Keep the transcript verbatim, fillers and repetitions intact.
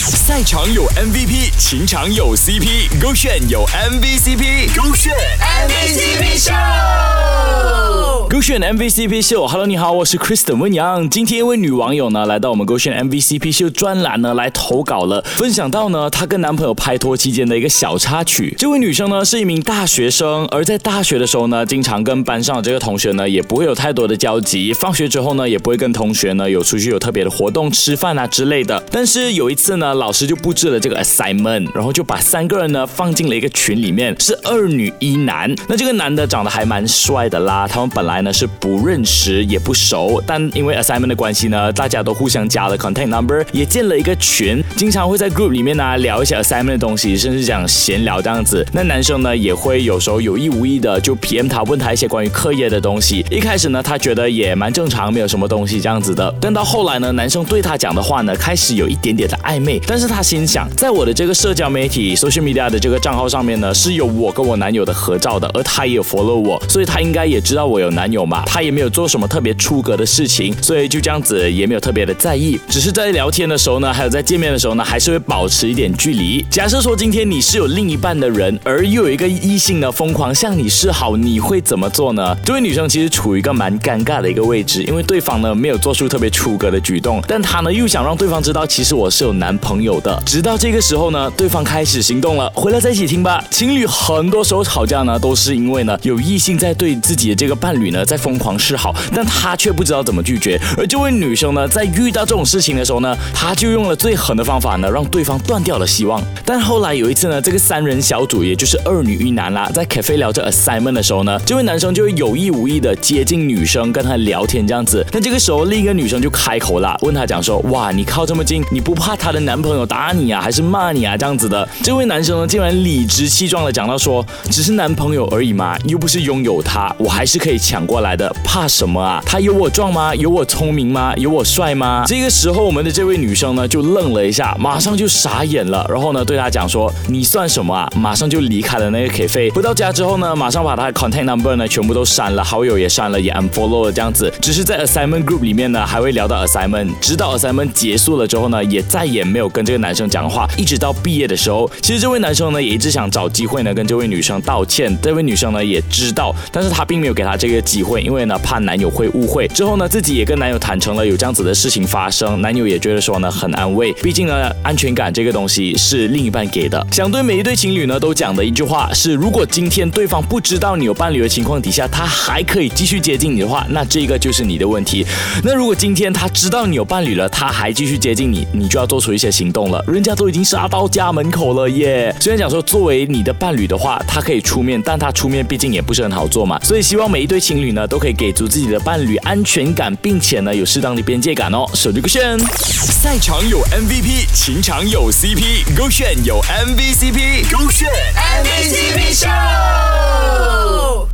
赛场有 M V P， 情场有 C P， 勾选有 M V C P， 勾选 M V C P Show， 勾选 M V C P Show。Hello， 你好，我是 Kristen 温阳。今天一位女网友呢来到我们勾选 M V C P Show 专栏呢来投稿了，分享到呢她跟男朋友拍拖期间的一个小插曲。这位女生呢是一名大学生，而在大学的时候呢，经常跟班上的这个同学呢也不会有太多的交集，放学之后呢也不会跟同学呢有出去有特别的活动、吃饭啊之类的。但是有一次呢，老师就布置了这个 assignment， 然后就把三个人呢放进了一个群里面，是二女一男。那这个男的长得还蛮帅的啦，他们本来呢是不认识也不熟，但因为 assignment 的关系呢，大家都互相加了 contact number， 也建了一个群，经常会在 group 里面呢聊一些 assignment 的东西，甚至讲闲聊这样子。那男生呢也会有时候有意无意的就 P M 他，问他一些关于课业的东西。一开始呢他觉得也蛮正常，没有什么东西这样子的，但到后来呢，男生对他讲的话呢开始有一点点的暧昧，但是他心想，在我的这个社交媒体 social media 的这个账号上面呢，是有我跟我男友的合照的，而他也有 follow 我，所以他应该也知道我有男友嘛，他也没有做什么特别出格的事情，所以就这样子也没有特别的在意，只是在聊天的时候呢，还有在见面的时候呢，还是会保持一点距离。假设说今天你是有另一半的人，而又有一个异性呢疯狂向你示好，你会怎么做呢？这位女生其实处于一个蛮尴尬的一个位置，因为对方呢没有做出特别出格的举动，但她呢又想让对方知道，其实我是有男朋友的。直到这个时候呢，对方开始行动了，回来再一起听吧。情侣很多时候吵架呢，都是因为呢有异性在对自己的这个伴侣呢在疯狂示好，但他却不知道怎么拒绝。而这位女生呢，在遇到这种事情的时候呢，她就用了最狠的方法呢，让对方断掉了希望。但后来有一次呢，这个三人小组，也就是二女一男啦，在 cafe 聊着 assignment 的时候呢，这位男生就会有意无意的接近女生，跟她聊天这样子。那这个时候，另一个女生就开口啦，问她讲说，哇，你靠这么近，你不怕她的男朋友打你啊，还是骂你啊这样子的？这位男生呢，竟然理直气壮的讲到说，只是男朋友而已嘛，又不是拥有他，我还是可以抢过来的，怕什么啊？他有我壮吗？有我聪明吗？有我帅吗？这个时候，我们的这位女生呢就愣了一下，马上就傻眼了，然后呢对他讲说，你算什么啊？马上就离开了那个 cafe。回到家之后呢，马上把他的 contact number 呢全部都删了，好友也删了，也 unfollow 了这样子。只是在 assignment group 里面呢，还会聊到 assignment， 直到 assignment 结束了之后呢，也再也没有跟这个男生讲话，一直到毕业的时候，其实这位男生呢也一直想找机会呢跟这位女生道歉，这位女生呢也知道，但是她并没有给他这个机会，因为呢怕男友会误会。之后呢，自己也跟男友坦诚了有这样子的事情发生，男友也觉得说呢很安慰，毕竟呢安全感这个东西是另一半给的。想对每一对情侣呢都讲的一句话是，如果今天对方不知道你有伴侣的情况底下，他还可以继续接近你的话，那这个就是你的问题。那如果今天他知道你有伴侣了，他还继续接近你，你就要做出一些行动了，人家都已经杀到家门口了耶。虽然讲说作为你的伴侣的话，他可以出面，但他出面毕竟也不是很好做嘛，所以希望每一对情侣呢都可以给足自己的伴侣安全感，并且呢有适当的边界感哦。手机勾选，赛场有 M V P， 情场有 C P， 勾选有 M V C P， 勾选 M V C P Show。